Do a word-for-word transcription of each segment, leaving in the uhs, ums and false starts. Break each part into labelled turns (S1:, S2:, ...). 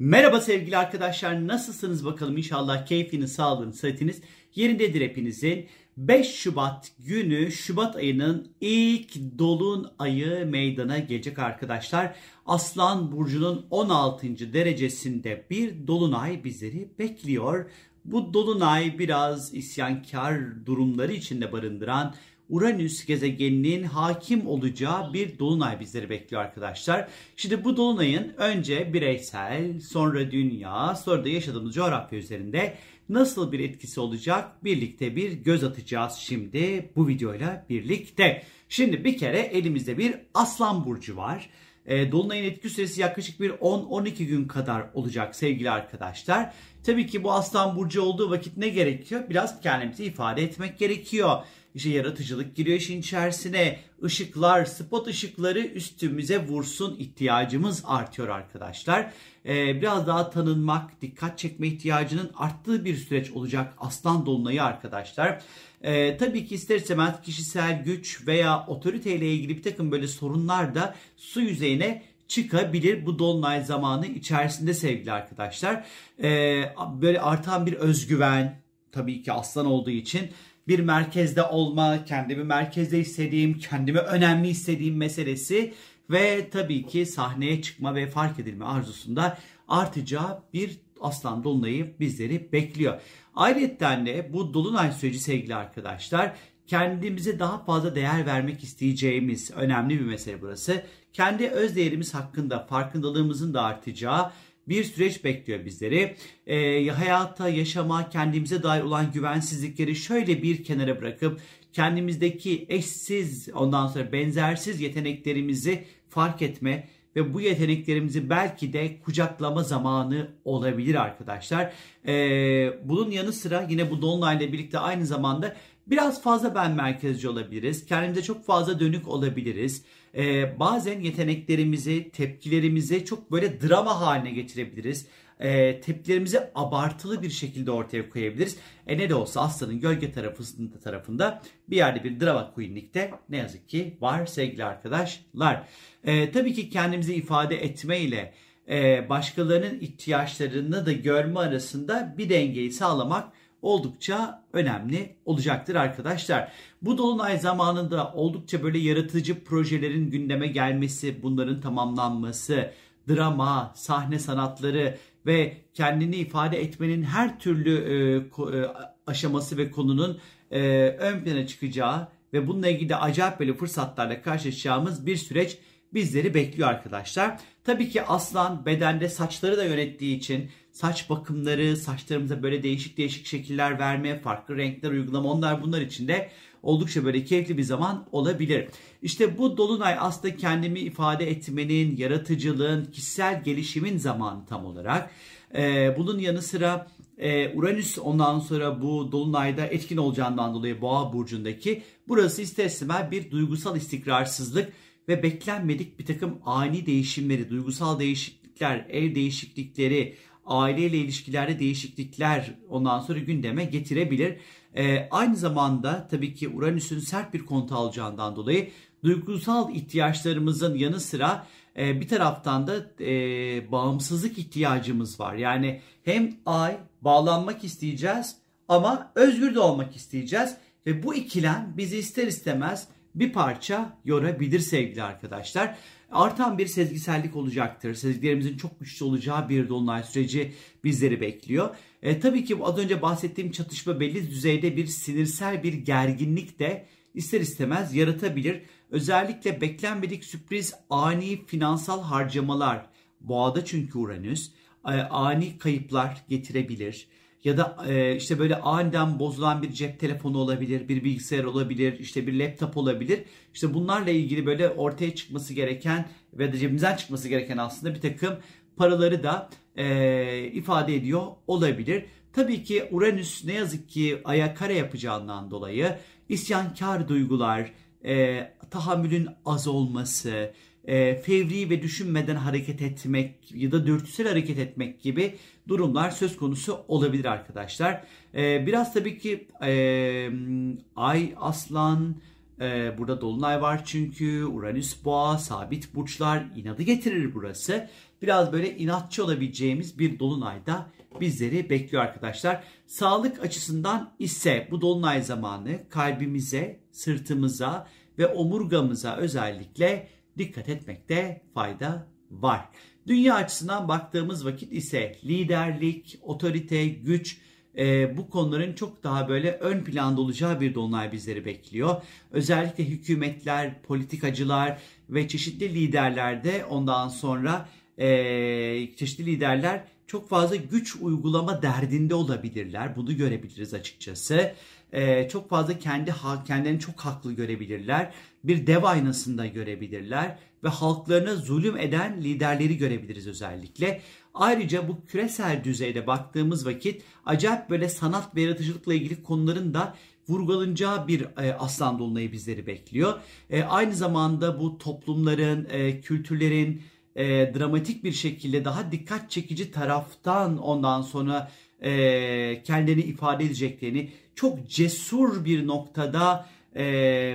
S1: Merhaba sevgili arkadaşlar, nasılsınız bakalım? İnşallah keyfiniz, sağlığınız, sıhhatiniz yerindedir hepinizin. beş Şubat günü Şubat ayının ilk dolunayı meydana gelecek arkadaşlar. Aslan burcunun on altıncı derecesinde bir dolunay bizleri bekliyor. Bu dolunay biraz isyankar durumları içinde barındıran Uranüs gezegeninin hakim olacağı bir dolunay bizleri bekliyor arkadaşlar. Şimdi bu dolunayın önce bireysel, sonra dünya, sonra da yaşadığımız coğrafya üzerinde nasıl bir etkisi olacak birlikte bir göz atacağız şimdi bu videoyla birlikte. Şimdi bir kere elimizde bir Aslan burcu var. Dolunayın etki süresi yaklaşık bir on on iki gün kadar olacak sevgili arkadaşlar. Tabii ki bu Aslan burcu olduğu vakit ne gerekiyor? Biraz kendimizi ifade etmek gerekiyor. İşte yaratıcılık giriyor işin içerisine. Işıklar, spot ışıkları üstümüze vursun ihtiyacımız artıyor arkadaşlar. Ee, biraz daha tanınmak, dikkat çekme ihtiyacının arttığı bir süreç olacak Aslan dolunayı arkadaşlar. Ee, tabii ki ister istemez kişisel güç veya otoriteyle ilgili bir takım böyle sorunlar da su yüzeyine çıkabilir bu dolunay zamanı içerisinde sevgili arkadaşlar. Ee, böyle artan bir özgüven, tabii ki Aslan olduğu için bir merkezde olma, kendimi merkezde hissedeyim, kendimi önemli hissedeyim meselesi ve tabii ki sahneye çıkma ve fark edilme arzusunda artacağı bir Aslan dolunayı bizleri bekliyor. Ayrıca de bu dolunay süreci sevgili arkadaşlar, kendimize daha fazla değer vermek isteyeceğimiz önemli bir mesele burası. Kendi öz değerimiz hakkında farkındalığımızın da artacağı bir süreç bekliyor bizleri. E, hayata, yaşama, kendimize dair olan güvensizlikleri şöyle bir kenara bırakıp kendimizdeki eşsiz, ondan sonra benzersiz yeteneklerimizi fark etme ve bu yeteneklerimizi belki de kucaklama zamanı olabilir arkadaşlar. E, bunun yanı sıra yine bu dolunayla birlikte aynı zamanda biraz fazla ben merkezci olabiliriz. Kendimize çok fazla dönük olabiliriz. Ee, bazen yeteneklerimizi, tepkilerimizi çok böyle drama haline getirebiliriz. Ee, tepkilerimizi abartılı bir şekilde ortaya koyabiliriz. E ne de olsa Aslan'ın gölge tarafında, tarafında bir yerde bir drama queenlik de ne yazık ki var sevgili arkadaşlar. Ee, tabii ki kendimizi ifade etmeyle e, başkalarının ihtiyaçlarını da görme arasında bir dengeyi sağlamak oldukça önemli olacaktır arkadaşlar. Bu dolunay zamanında oldukça böyle yaratıcı projelerin gündeme gelmesi, bunların tamamlanması, drama, sahne sanatları ve kendini ifade etmenin her türlü e, e, aşaması ve konunun e, ön plana çıkacağı ve bununla ilgili de acayip böyle fırsatlarla karşılaşacağımız bir süreç bizleri bekliyor arkadaşlar. Tabii ki Aslan bedende saçları da yönettiği için saç bakımları, saçlarımıza böyle değişik değişik şekiller verme, farklı renkler uygulama, onlar bunlar için de oldukça böyle keyifli bir zaman olabilir. İşte bu dolunay aslında kendimi ifade etmenin, yaratıcılığın, kişisel gelişimin zamanı tam olarak. Ee, bunun yanı sıra e, Uranüs ondan sonra bu dolunayda etkin olacağından dolayı Boğa burcundaki, burası ister istemez bir duygusal istikrarsızlık ve beklenmedik bir takım ani değişimleri, duygusal değişiklikler, ev değişiklikleri, aileyle ilişkilerde değişiklikler ondan sonra gündeme getirebilir. Ee, aynı zamanda tabii ki Uranüs'ün sert bir kontu alacağından dolayı duygusal ihtiyaçlarımızın yanı sıra e, bir taraftan da e, bağımsızlık ihtiyacımız var. Yani hem ay bağlanmak isteyeceğiz ama özgür de olmak isteyeceğiz ve bu ikilem bizi ister istemez bir parça yorabilir sevgili arkadaşlar. Artan bir sezgisellik olacaktır. Sezgilerimizin çok güçlü olacağı bir dolunay süreci bizleri bekliyor. E, tabii ki az önce bahsettiğim çatışma belli düzeyde bir sinirsel bir gerginlik de ister istemez yaratabilir. Özellikle beklenmedik sürpriz ani finansal harcamalar, Boğada çünkü Uranüs, e, ani kayıplar getirebilir. Ya da e, işte böyle aniden bozulan bir cep telefonu olabilir, bir bilgisayar olabilir, işte bir laptop olabilir. İşte bunlarla ilgili böyle ortaya çıkması gereken ve de cebimizden çıkması gereken aslında bir takım paraları da e, ifade ediyor olabilir. Tabii ki Uranüs ne yazık ki Ay'a kare yapacağından dolayı isyankar duygular, e, tahammülün az olması, e, fevri ve düşünmeden hareket etmek ya da dürtüsel hareket etmek gibi durumlar söz konusu olabilir arkadaşlar. E, biraz tabii ki e, Ay Aslan, e, burada Dolunay var çünkü Uranüs Boğa, sabit burçlar, inadı getirir burası. biraz böyle inatçı olabileceğimiz bir dolunayda bizleri bekliyor arkadaşlar. Sağlık açısından ise bu dolunay zamanı kalbimize, sırtımıza ve omurgamıza özellikle dikkat etmekte fayda var. Dünya açısından baktığımız vakit ise liderlik, otorite, güç, e, bu konuların çok daha böyle ön planda olacağı bir dolunay bizleri bekliyor. Özellikle hükümetler, politikacılar ve çeşitli liderlerde ondan sonra e, çeşitli liderler çok fazla güç uygulama derdinde olabilirler. Bunu görebiliriz açıkçası. Ee, çok fazla kendi kendilerini çok haklı görebilirler. Bir dev aynasında görebilirler ve halklarına zulüm eden liderleri görebiliriz özellikle. Ayrıca bu küresel düzeyde baktığımız vakit acayip böyle sanat ve yaratıcılıkla ilgili konuların da vurgulanacağı bir e, aslan dolunayı bizleri bekliyor. E, aynı zamanda bu toplumların, e, kültürlerin e, dramatik bir şekilde daha dikkat çekici taraftan ondan sonra e, kendilerini ifade edeceklerini, çok cesur bir noktada e,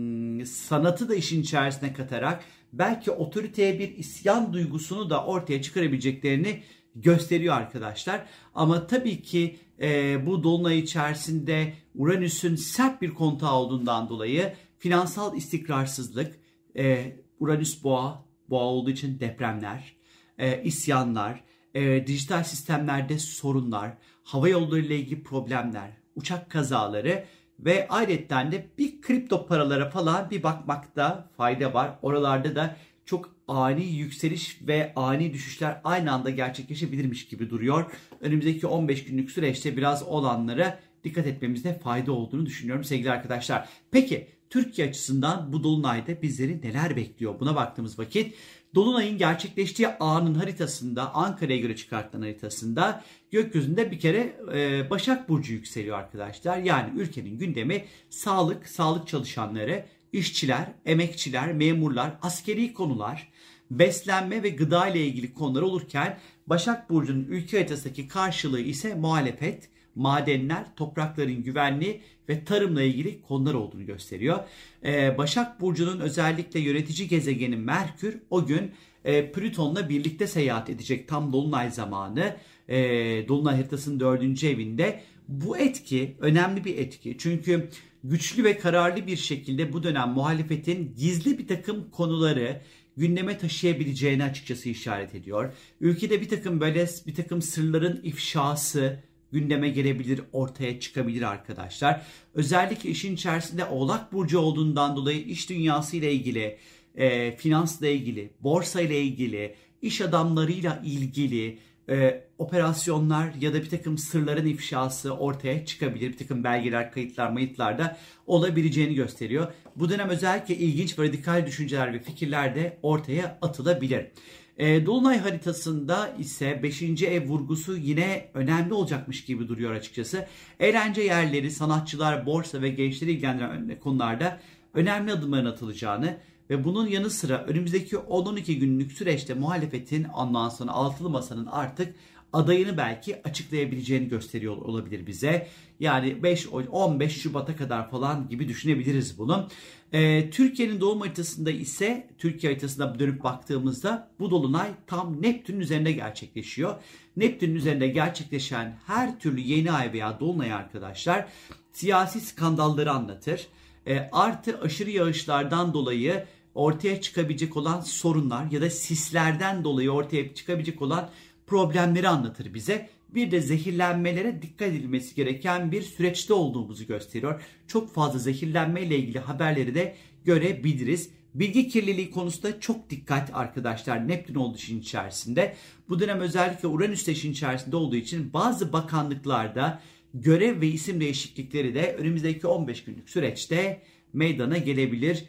S1: sanatı da işin içerisine katarak belki otoriteye bir isyan duygusunu da ortaya çıkarabileceklerini gösteriyor arkadaşlar. Ama tabii ki e, bu dolunay içerisinde Uranüs'ün sert bir kontağı olduğundan dolayı finansal istikrarsızlık, e, Uranüs boğa, boğa olduğu için depremler, e, isyanlar, e, dijital sistemlerde sorunlar, hava yolları ile ilgili problemler, uçak kazaları ve ayrıca de bir kripto paralara falan bir bakmakta fayda var. Oralarda da çok ani yükseliş ve ani düşüşler aynı anda gerçekleşebilirmiş gibi duruyor. Önümüzdeki on beş günlük süreçte biraz olanlara dikkat etmemizde fayda olduğunu düşünüyorum sevgili arkadaşlar. Peki Türkiye açısından bu dolunayda bizleri neler bekliyor? Buna baktığımız vakit dolunayın gerçekleştiği anın haritasında, Ankara'ya göre çıkartılan haritasında gökyüzünde bir kere e, Başak Burcu yükseliyor arkadaşlar. Yani ülkenin gündemi sağlık, sağlık çalışanları, işçiler, emekçiler, memurlar, askeri konular, beslenme ve gıda ile ilgili konular olurken Başak Burcu'nun ülke haritasındaki karşılığı ise muhalefet, madenler, toprakların güvenliği ve tarımla ilgili konular olduğunu gösteriyor. Ee, Başak Burcu'nun özellikle yönetici gezegeni Merkür o gün e, Plüton'la birlikte seyahat edecek tam dolunay zamanı. E, dolunay haritasının dördüncü evinde. Bu etki önemli bir etki. Çünkü güçlü ve kararlı bir şekilde bu dönem muhalefetin gizli bir takım konuları gündeme taşıyabileceğini açıkçası işaret ediyor. Ülkede bir takım böyle bir takım sırların ifşası gündeme gelebilir, ortaya çıkabilir arkadaşlar. Özellikle işin içerisinde Oğlak Burcu olduğundan dolayı iş dünyası ile ilgili, e, finansla ilgili, borsa ile ilgili, iş adamlarıyla ilgili e, operasyonlar ya da bir takım sırların ifşası ortaya çıkabilir. Bir takım belgeler, kayıtlar, mayıtlar da olabileceğini gösteriyor. Bu dönem özellikle ilginç ve radikal düşünceler ve fikirler de ortaya atılabilir. E, Dolunay haritasında ise beşinci ev vurgusu yine önemli olacakmış gibi duruyor açıkçası. Eğlence yerleri, sanatçılar, borsa ve gençleri ilgilendiren konularda önemli adımların atılacağını ve bunun yanı sıra önümüzdeki on on iki günlük süreçte muhalefetin ondan sonra altılı masanın artık adayını belki açıklayabileceğini gösteriyor olabilir bize. Yani beş on beş Şubat'a kadar falan gibi düşünebiliriz bunu. Ee, Türkiye'nin doğum haritasında ise Türkiye haritasına dönüp baktığımızda bu dolunay tam Neptün'ün üzerinde gerçekleşiyor. Neptün'ün üzerinde gerçekleşen her türlü yeni ay veya dolunay arkadaşlar siyasi skandalları anlatır. Ee, artı aşırı yağışlardan dolayı ortaya çıkabilecek olan sorunlar ya da sislerden dolayı ortaya çıkabilecek olan problemleri anlatır bize. Bir de zehirlenmelere dikkat edilmesi gereken bir süreçte olduğumuzu gösteriyor. Çok fazla zehirlenme ile ilgili haberleri de görebiliriz. Bilgi kirliliği konusunda çok dikkat arkadaşlar. Neptün olduğu için içerisinde. Bu dönem özellikle Uranüs işin içerisinde olduğu için bazı bakanlıklarda görev ve isim değişiklikleri de önümüzdeki on beş günlük süreçte meydana gelebilir.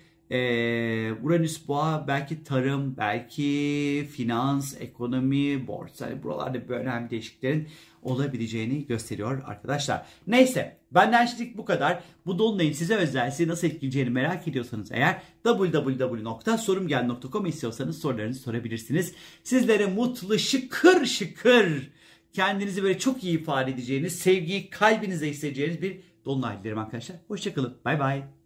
S1: Ee, Uranüs boğa belki tarım, belki finans, ekonomi, borsa, yani buralarda böyle önemli değişikliklerin olabileceğini gösteriyor arkadaşlar. Neyse, benden şimdilik bu kadar. Bu dolunayın size özel, sizi nasıl etkileyeceğini merak ediyorsanız eğer double-u double-u double-u nokta sorumgel nokta com istiyorsanız sorularınızı sorabilirsiniz. Sizlere mutlu, şıkır şıkır, kendinizi böyle çok iyi ifade edeceğiniz, sevgiyi kalbinize hissedeceğiniz bir dolunay dilerim arkadaşlar. Hoşçakalın. Bay bay.